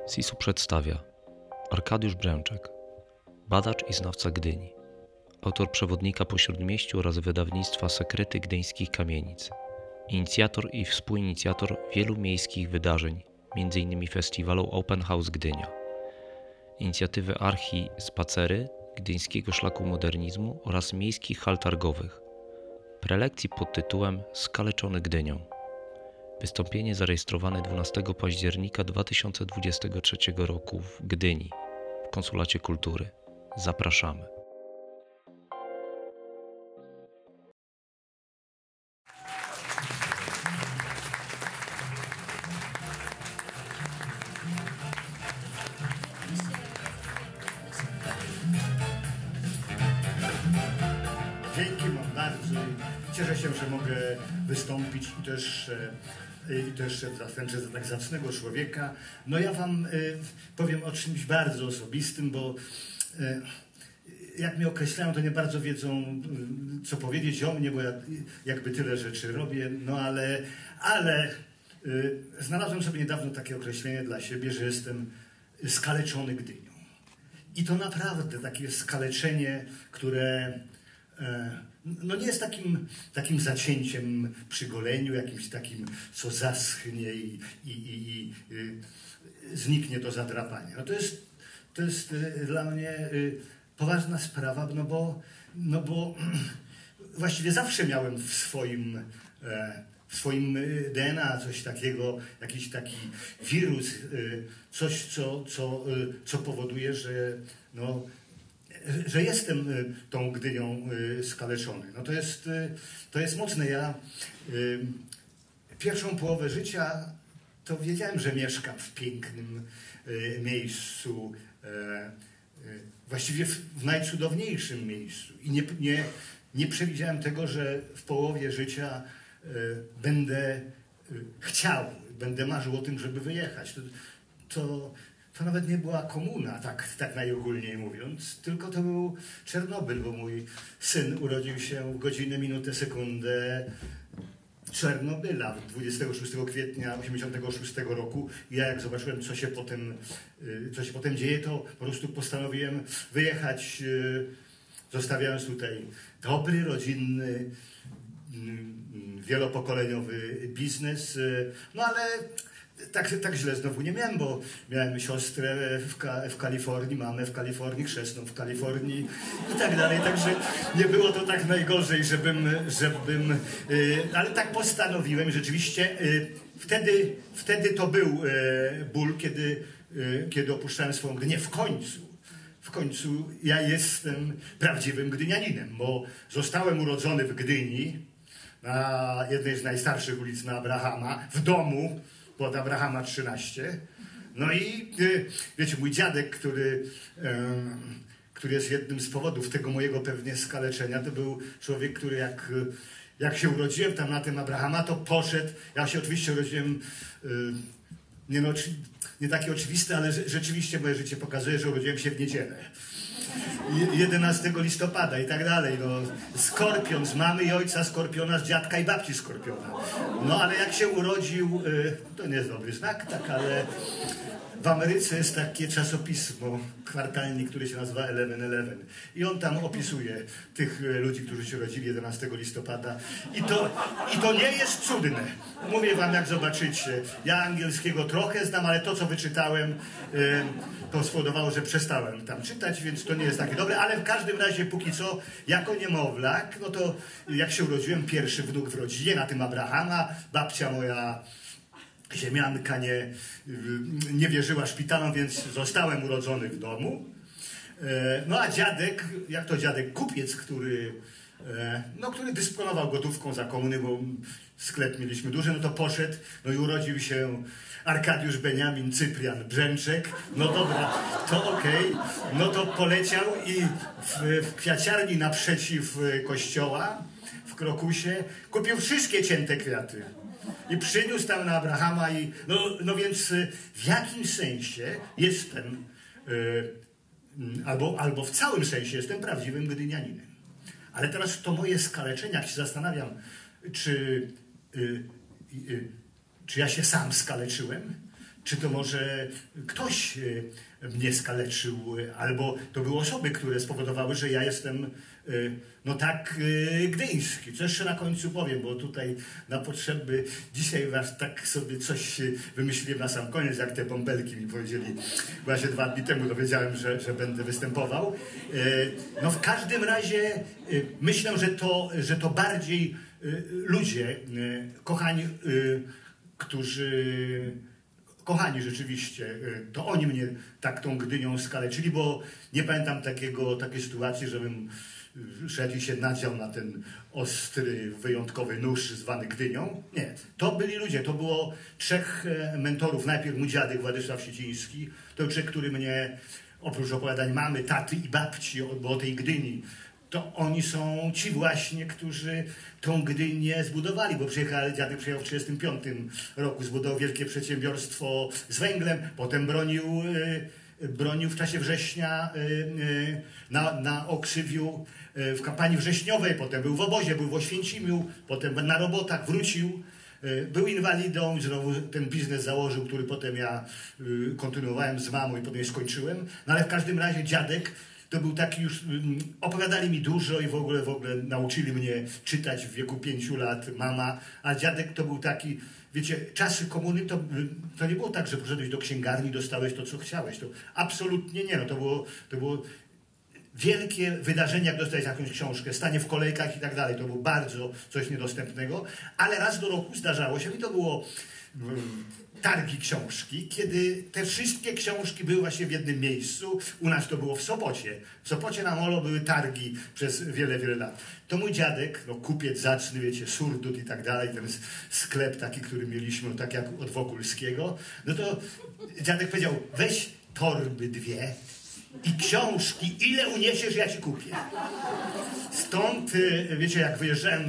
SIS-u przedstawia Arkadiusz Brzęczek, badacz i znawca Gdyni, autor przewodnika po Śródmieściu oraz wydawnictwa Sekrety Gdyńskich Kamienic, inicjator i współinicjator wielu miejskich wydarzeń, m.in. festiwalu Open House Gdynia, inicjatywy Archi Spacery, Gdyńskiego Szlaku Modernizmu oraz miejskich hal targowych, prelekcji pod tytułem Skaleczony Gdynią. Wystąpienie zarejestrowane 12 października 2023 roku w Gdyni, w Konsulacie Kultury. Zapraszamy. Dzięki wam bardzo. Cieszę się, że mogę wystąpić i też za tak zacnego człowieka. No ja wam powiem o czymś bardzo osobistym, bo jak mnie określają, to nie bardzo wiedzą, co powiedzieć o mnie, bo ja jakby tyle rzeczy robię, no ale znalazłem sobie niedawno takie określenie dla siebie, że jestem skaleczony Gdynią. I to naprawdę takie skaleczenie, które no nie jest takim zacięciem przy goleniu, jakimś takim, co zaschnie i zniknie to zadrapanie. No to jest dla mnie poważna sprawa, no bo właściwie zawsze miałem w swoim DNA coś takiego, jakiś taki wirus, coś, co powoduje, że jestem tą Gdynią skaleczony. No to jest mocne. Ja pierwszą połowę życia to wiedziałem, że mieszkam w pięknym miejscu, właściwie w najcudowniejszym miejscu. I nie przewidziałem tego, że w połowie życia będę marzył o tym, żeby wyjechać. To nawet nie była komuna, tak najogólniej mówiąc, tylko to był Czernobyl, bo mój syn urodził się w godzinę, minutę, sekundę Czernobyla 26 kwietnia 1986 roku. I ja jak zobaczyłem, co się potem dzieje, to po prostu postanowiłem wyjechać, zostawiając tutaj dobry, rodzinny, wielopokoleniowy biznes, no ale tak źle znowu nie miałem, bo miałem siostrę w Kalifornii, mamę w Kalifornii, chrzestną w Kalifornii i tak dalej. Także nie było to tak najgorzej, ale tak postanowiłem. Rzeczywiście wtedy to był ból, kiedy opuszczałem swoją Gdynię. W końcu ja jestem prawdziwym gdynianinem, bo zostałem urodzony w Gdyni, na jednej z najstarszych ulic na Abrahama, w domu pod Abrahama 13. No i wiecie, mój dziadek, który jest jednym z powodów tego mojego pewnie skaleczenia, to był człowiek, który jak się urodziłem tam na tym Abrahama, to poszedł. Ja się oczywiście urodziłem, nie takie oczywiste, ale rzeczywiście moje życie pokazuje, że urodziłem się w niedzielę. 11 listopada i tak dalej. No, Skorpion, z mamy i ojca Skorpiona, z dziadka i babci Skorpiona. No ale jak się urodził, to nie jest dobry znak, tak, ale w Ameryce jest takie czasopismo, kwartalnik, który się nazywa 11-11. I on tam opisuje tych ludzi, którzy się urodzili 11 listopada. I to nie jest cudne. Mówię wam, jak zobaczycie. Ja angielskiego trochę znam, ale to, co wyczytałem, to spowodowało, że przestałem tam czytać, więc to nie jest takie dobre. Ale w każdym razie, póki co, jako niemowlak, no to jak się urodziłem, pierwszy wnuk w rodzinie, na tym Abrahama, babcia moja ziemianka nie wierzyła szpitalom, więc zostałem urodzony w domu. No a dziadek, jak to dziadek, kupiec, który dysponował gotówką za komuny, bo sklep mieliśmy duży, no to poszedł, no i urodził się Arkadiusz Beniamin Cyprian Brzęczek. No dobra, to okej. No to poleciał i w kwiaciarni naprzeciw kościoła w Krokusie kupił wszystkie cięte kwiaty. I przyniósł tam na Abrahama no więc w jakimś sensie jestem, albo w całym sensie jestem prawdziwym gdynianinem. Ale teraz to moje skaleczenie, jak się zastanawiam, czy ja się sam skaleczyłem, czy to może ktoś mnie skaleczył, albo to były osoby, które spowodowały, że ja jestem no tak gdyński. Co jeszcze na końcu powiem, bo tutaj na potrzeby dzisiaj was tak sobie coś wymyśliłem na sam koniec, jak te bąbelki mi powiedzieli. Właśnie 2 dni temu dowiedziałem, że będę występował. No w każdym razie myślę, że to bardziej ludzie, kochani, kochani rzeczywiście, to oni mnie tak tą Gdynią skaleczyli, bo nie pamiętam takiej sytuacji, żebym szedł i się nadział na ten ostry, wyjątkowy nóż zwany Gdynią. Nie, to byli ludzie, to było 3 mentorów. Najpierw mój dziadek Władysław Siedziński, to człowiek, który mnie oprócz opowiadań mamy, taty i babci o tej Gdyni, to oni są ci właśnie, którzy tą Gdynię zbudowali, bo dziadek przyjechał w 1935 roku, zbudował wielkie przedsiębiorstwo z węglem, potem bronił w czasie września na Oksywiu w kampanii wrześniowej, potem był w obozie, był w Oświęcimiu, potem na robotach, wrócił. Był inwalidą i znowu ten biznes założył, który potem ja kontynuowałem z mamą i potem skończyłem. No ale w każdym razie dziadek to był taki już, opowiadali mi dużo i w ogóle nauczyli mnie czytać w wieku 5 lat, mama, a dziadek to był taki, wiecie, czasy komuny to nie było tak, że poszedłeś do księgarni, dostałeś to, co chciałeś. To absolutnie nie, no to było wielkie wydarzenie, jak dostałeś jakąś książkę, stanie w kolejkach i tak dalej. To było bardzo coś niedostępnego, ale raz do roku zdarzało się i to było targi książki, kiedy te wszystkie książki były właśnie w jednym miejscu. U nas to było w Sopocie. W Sopocie na Molo były targi przez wiele, wiele lat. To mój dziadek, no kupiec zacny, wiecie, surdut i tak dalej, ten sklep taki, który mieliśmy, no, tak jak od Wokulskiego, no to dziadek powiedział, weź torby 2 i książki, ile uniesiesz, ja ci kupię. Stąd, wiecie, jak wyjeżdżałem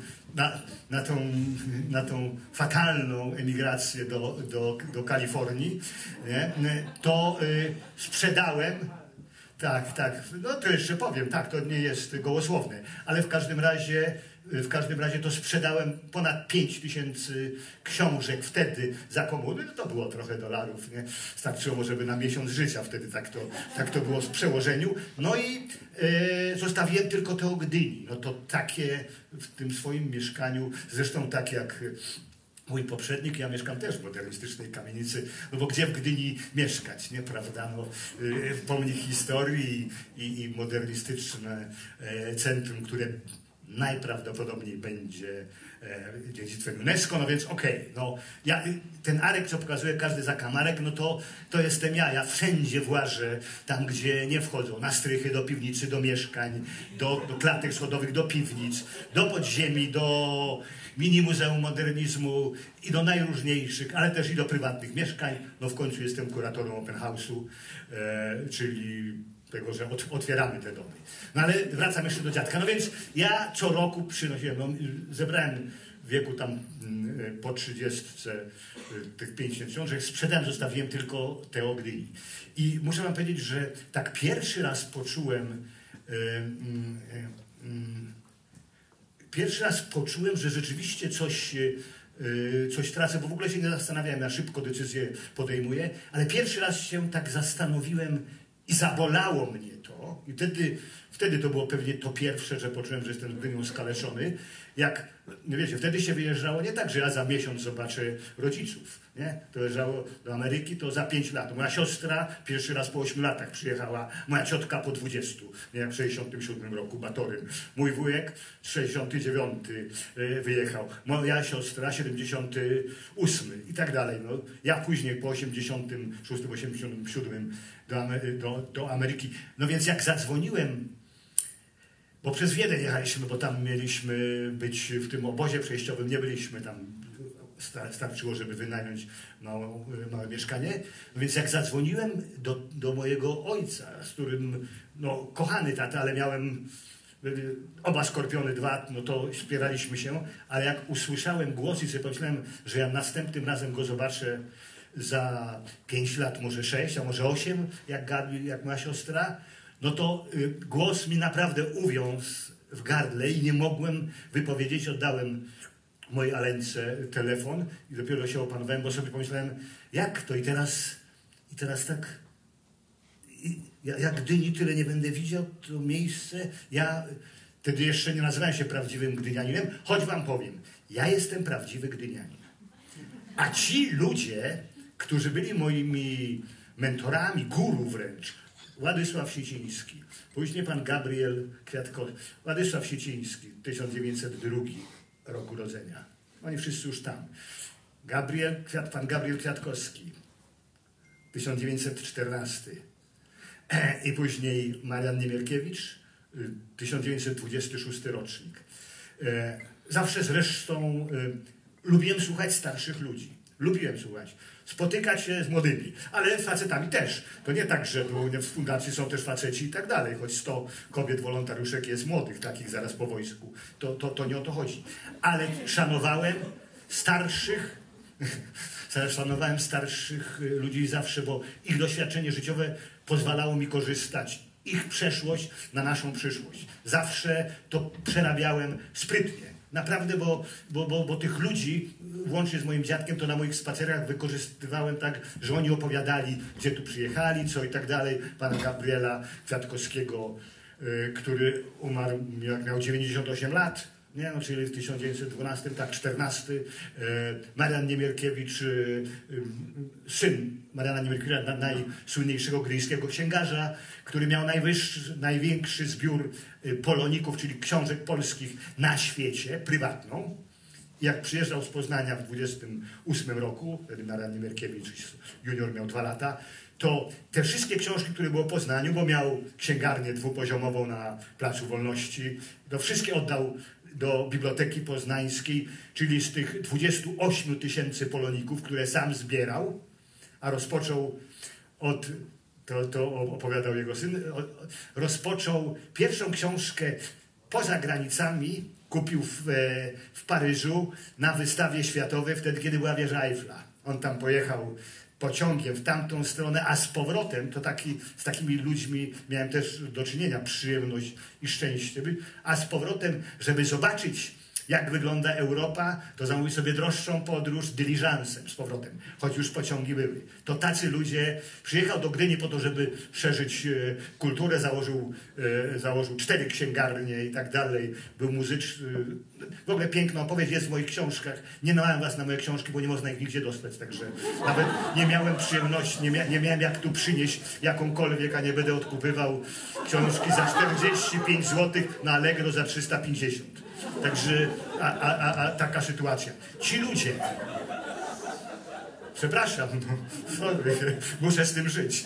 na tą fatalną emigrację do Kalifornii, nie, to sprzedałem, tak, no to jeszcze powiem, tak, to nie jest gołosłowne, ale w każdym razie to sprzedałem ponad 5000 książek wtedy za komuny, no to było trochę dolarów, nie? Starczyło może by na miesiąc życia wtedy, tak to było w przełożeniu. No i zostawiłem tylko te o Gdyni, no to takie w tym swoim mieszkaniu, zresztą tak jak mój poprzednik, ja mieszkam też w modernistycznej kamienicy, no bo gdzie w Gdyni mieszkać, nie, prawda, no, pomnik historii i modernistyczne centrum, które najprawdopodobniej będzie dziedzictwem UNESCO, no więc okej, no ten arek, co pokazuje każdy zakamarek, no to jestem ja wszędzie włażę, tam gdzie nie wchodzą, na strychy, do piwnicy, do mieszkań, do klatek schodowych, do piwnic, do podziemi, do mini muzeum modernizmu i do najróżniejszych, ale też i do prywatnych mieszkań, no w końcu jestem kuratorem open house'u, czyli tego, że otwieramy te domy. No ale wracam jeszcze do dziadka. No więc ja co roku przynosiłem, no, zebrałem w wieku tam po 30 tych 50 książek, sprzedałem, zostawiłem tylko te o Gdyni. I muszę wam powiedzieć, że tak pierwszy raz poczułem, że rzeczywiście coś tracę, bo w ogóle się nie zastanawiałem, ja szybko decyzje podejmuję, ale pierwszy raz się tak zastanowiłem i zabolało mnie to. I wtedy to było pewnie to pierwsze, że poczułem, że jestem Gdynią skaleszony. Jak, no wiecie, wtedy się wyjeżdżało nie tak, że ja za miesiąc zobaczę rodziców, nie? To wyjeżdżało do Ameryki, to za 5 lat. Moja siostra pierwszy raz po 8 latach przyjechała, moja ciotka po 20, nie? W 67 roku, Batorym. Mój wujek 69 wyjechał, moja siostra 78 i tak dalej. No, ja później po 86, 87 do Ameryki. No więc jak zadzwoniłem, bo przez Wiedeń jechaliśmy, bo tam mieliśmy być w tym obozie przejściowym, nie byliśmy tam, starczyło, żeby wynająć małe mieszkanie. No więc jak zadzwoniłem do mojego ojca, z którym, no kochany tata, ale miałem oba Skorpiony 2, no to wspieraliśmy się, ale jak usłyszałem głos i sobie pomyślałem, że ja następnym razem go zobaczę za 5 lat, może 6, a może 8, jak moja siostra, no to głos mi naprawdę uwiązł w gardle i nie mogłem wypowiedzieć, oddałem mojej Alence telefon i dopiero się opanowałem, bo sobie pomyślałem, jak to i teraz tak, ja Gdyni tyle nie będę widział, to miejsce, ja wtedy jeszcze nie nazywałem się prawdziwym gdynianinem, choć wam powiem, ja jestem prawdziwy gdynianin. A ci ludzie, którzy byli moimi mentorami, guru wręcz, Władysław Siciński, później pan Gabriel Kwiatkowski, Władysław Siciński, 1902 roku urodzenia. Oni wszyscy już tam. Pan Gabriel Kwiatkowski, 1914. I później Marian Niemierkiewicz, 1926 rocznik. Zawsze zresztą lubiłem słuchać starszych ludzi. Lubiłem słuchać. Spotykać się z młodymi, ale z facetami też. To nie tak, że w fundacji są też faceci i tak dalej, choć 100 kobiet wolontariuszek jest młodych, takich zaraz po wojsku. To nie o to chodzi. Ale szanowałem starszych ludzi zawsze, bo ich doświadczenie życiowe pozwalało mi korzystać. Ich przeszłość na naszą przyszłość. Zawsze to przerabiałem sprytnie. Naprawdę, bo tych ludzi, łącznie z moim dziadkiem, to na moich spacerach wykorzystywałem tak, że oni opowiadali, gdzie tu przyjechali, co i tak dalej. Pana Gabriela Kwiatkowskiego, który umarł, jak miał 98 lat, nie? No, czyli w 1912, tak, 14. Marian Niemierkiewicz, syn Mariana Niemierkiewicza, najsłynniejszego gdyńskiego księgarza, który miał największy zbiór poloników, czyli książek polskich na świecie, prywatną. Jak przyjeżdżał z Poznania w 28 roku, wtedy Marian Niemierkiewicz junior miał 2 lata, to te wszystkie książki, które były w Poznaniu, bo miał księgarnię dwupoziomową na Placu Wolności, to wszystkie oddał do Biblioteki Poznańskiej, czyli z tych 28 000 poloników, które sam zbierał, a rozpoczął to opowiadał jego syn, rozpoczął pierwszą książkę poza granicami, kupił w Paryżu na wystawie światowej, wtedy kiedy była wieża Eiffla. On tam pojechał pociągiem w tamtą stronę, a z powrotem, z takimi ludźmi miałem też do czynienia, przyjemność i szczęście, a z powrotem, żeby zobaczyć, jak wygląda Europa, to zamówił sobie droższą podróż dyliżansem z powrotem, choć już pociągi były. To tacy ludzie, przyjechał do Gdyni po to, żeby szerzyć kulturę, założył 4 księgarnie i tak dalej, był muzyczny. W ogóle piękna opowieść jest w moich książkach. Nie nałałem was na moje książki, bo nie można ich nigdzie dostać, także nawet nie miałem przyjemności, nie miałem jak tu przynieść jakąkolwiek, a nie będę odkupywał książki za 45 zł na Allegro za 350. Także taka sytuacja. Ci ludzie, przepraszam, muszę z tym żyć.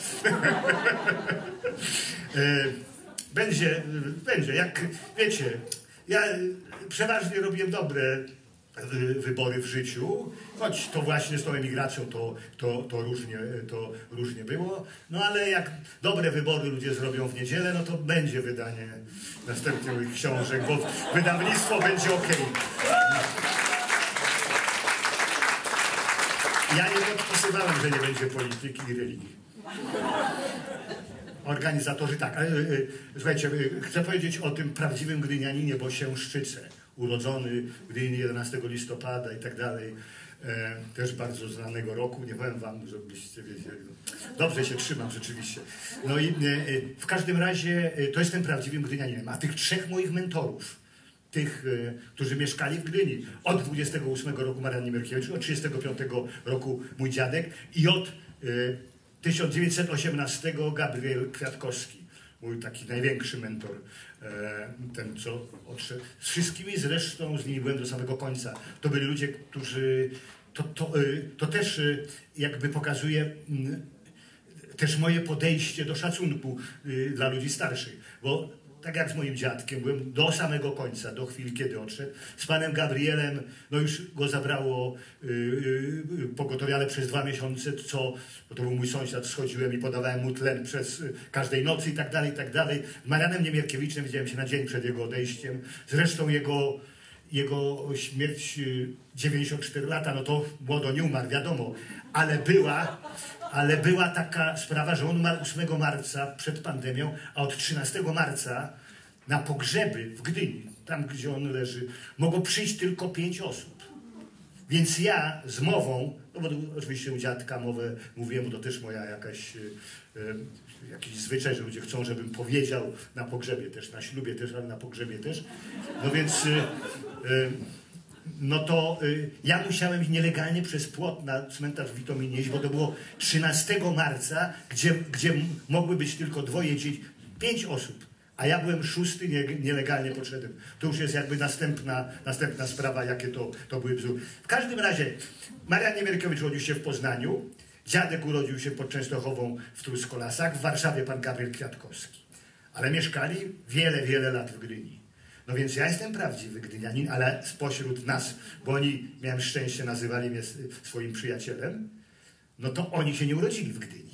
Będzie, jak wiecie, ja przeważnie robiłem dobre wybory w życiu, choć to właśnie z tą emigracją to różnie było, no ale jak dobre wybory ludzie zrobią w niedzielę, no to będzie wydanie następnych moich książek, bo wydawnictwo będzie okej. Ja nie podpisywałem, że nie będzie polityki i religii. Organizatorzy tak, ale słuchajcie, chcę powiedzieć o tym prawdziwym gdynianinie, bo się szczycę. Urodzony w Gdyni 11 listopada i tak dalej, też bardzo znanego roku, nie powiem wam, żebyście wiedzieli. Dobrze się trzymam rzeczywiście. No i w każdym razie to jestem prawdziwym gdynianinem, a tych 3 moich mentorów, tych, którzy mieszkali w Gdyni, od 28 roku Marian Niemierkiewicz, od 35 roku mój dziadek i od 1918 Gabriel Kwiatkowski. Mój taki największy mentor, ten co odszedł. Z wszystkimi zresztą z nimi byłem do samego końca. To byli ludzie, którzy... To też jakby pokazuje też moje podejście do szacunku dla ludzi starszych. Bo tak jak z moim dziadkiem, byłem do samego końca, do chwili, kiedy odszedł. Z panem Gabrielem, no już go zabrało pogotowie, ale przez 2 miesiące, bo to był mój sąsiad, schodziłem i podawałem mu tlen przez każdej nocy i tak dalej, i tak dalej. Z Marianem Niemierkiewiczem widziałem się na dzień przed jego odejściem. Zresztą jego śmierć 94 lata, no to młodo nie umarł, wiadomo, ale była taka sprawa, że on umarł 8 marca przed pandemią, a od 13 marca na pogrzeby w Gdyni, tam gdzie on leży, mogło przyjść tylko 5 osób. Więc ja z mową, no bo oczywiście u dziadka mowę mówiłem, bo to też moja jakiś zwyczaj, że ludzie chcą, żebym powiedział na pogrzebie też, na ślubie też, ale na pogrzebie też. No więc ja musiałem nielegalnie przez płot na cmentarz w Witominie iść, bo to było 13 marca, gdzie mogły być tylko 2 dzieci, 5 osób. A ja byłem 6, nielegalnie podszedłem. To już jest jakby następna sprawa, jakie to były bzdury. W każdym razie, Marian Niemierkiewicz urodził się w Poznaniu, dziadek urodził się pod Częstochową w Truskolasach, w Warszawie pan Gabriel Kwiatkowski. Ale mieszkali wiele, wiele lat w Gdyni. No więc ja jestem prawdziwy gdynianin, ale spośród nas, bo oni, miałem szczęście, nazywali mnie swoim przyjacielem, no to oni się nie urodzili w Gdyni.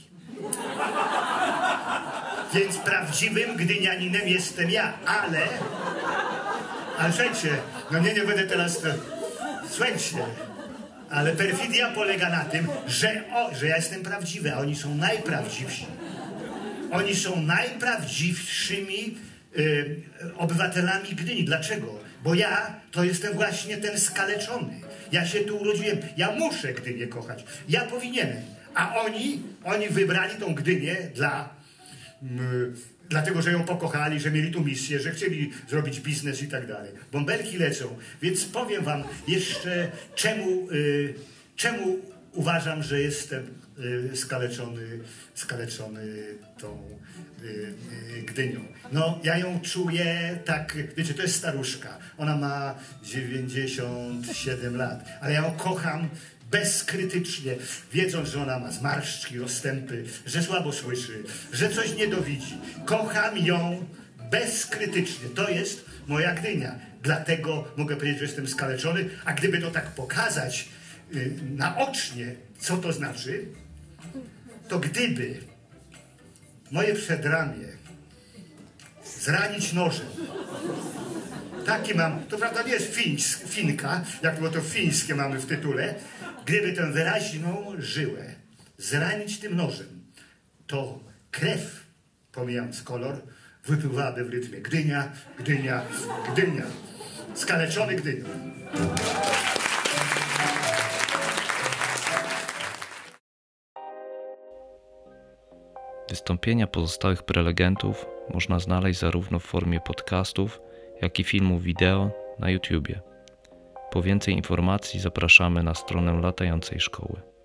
Więc prawdziwym gdynianinem jestem ja, ale słuchajcie, no nie będę teraz, słuchajcie, ale perfidia polega na tym, że ja jestem prawdziwy, a oni są najprawdziwsi. Oni są najprawdziwszymi obywatelami Gdyni. Dlaczego? Bo ja to jestem właśnie ten skaleczony. Ja się tu urodziłem, ja muszę Gdynię kochać, ja powinienem. A oni wybrali tą Gdynię dlatego, że ją pokochali, że mieli tu misję, że chcieli zrobić biznes i tak dalej. Bąbelki lecą. Więc powiem wam jeszcze, czemu uważam, że jestem skaleczony tą Gdynią. No, ja ją czuję tak, wiecie, to jest staruszka. Ona ma 97 lat, ale ja ją kocham bezkrytycznie, wiedząc, że ona ma zmarszczki, rozstępy, że słabo słyszy, że coś nie dowidzi. Kocham ją bezkrytycznie. To jest moja Gdynia. Dlatego mogę powiedzieć, że jestem skaleczony, a gdyby to tak pokazać naocznie, co to znaczy, to gdyby moje przedramię zranić nożem, taki mam, to prawda nie jest finka, jak było to fińskie mamy w tytule, gdyby tę wyraźną żyłę zranić tym nożem, to krew, pomijając kolor, wypływałaby w rytmie Gdynia, Gdynia, Gdynia. Skaleczony Gdynią. Wystąpienia pozostałych prelegentów można znaleźć zarówno w formie podcastów, jak i filmu wideo na YouTubie. Po więcej informacji zapraszamy na stronę Latającej Szkoły.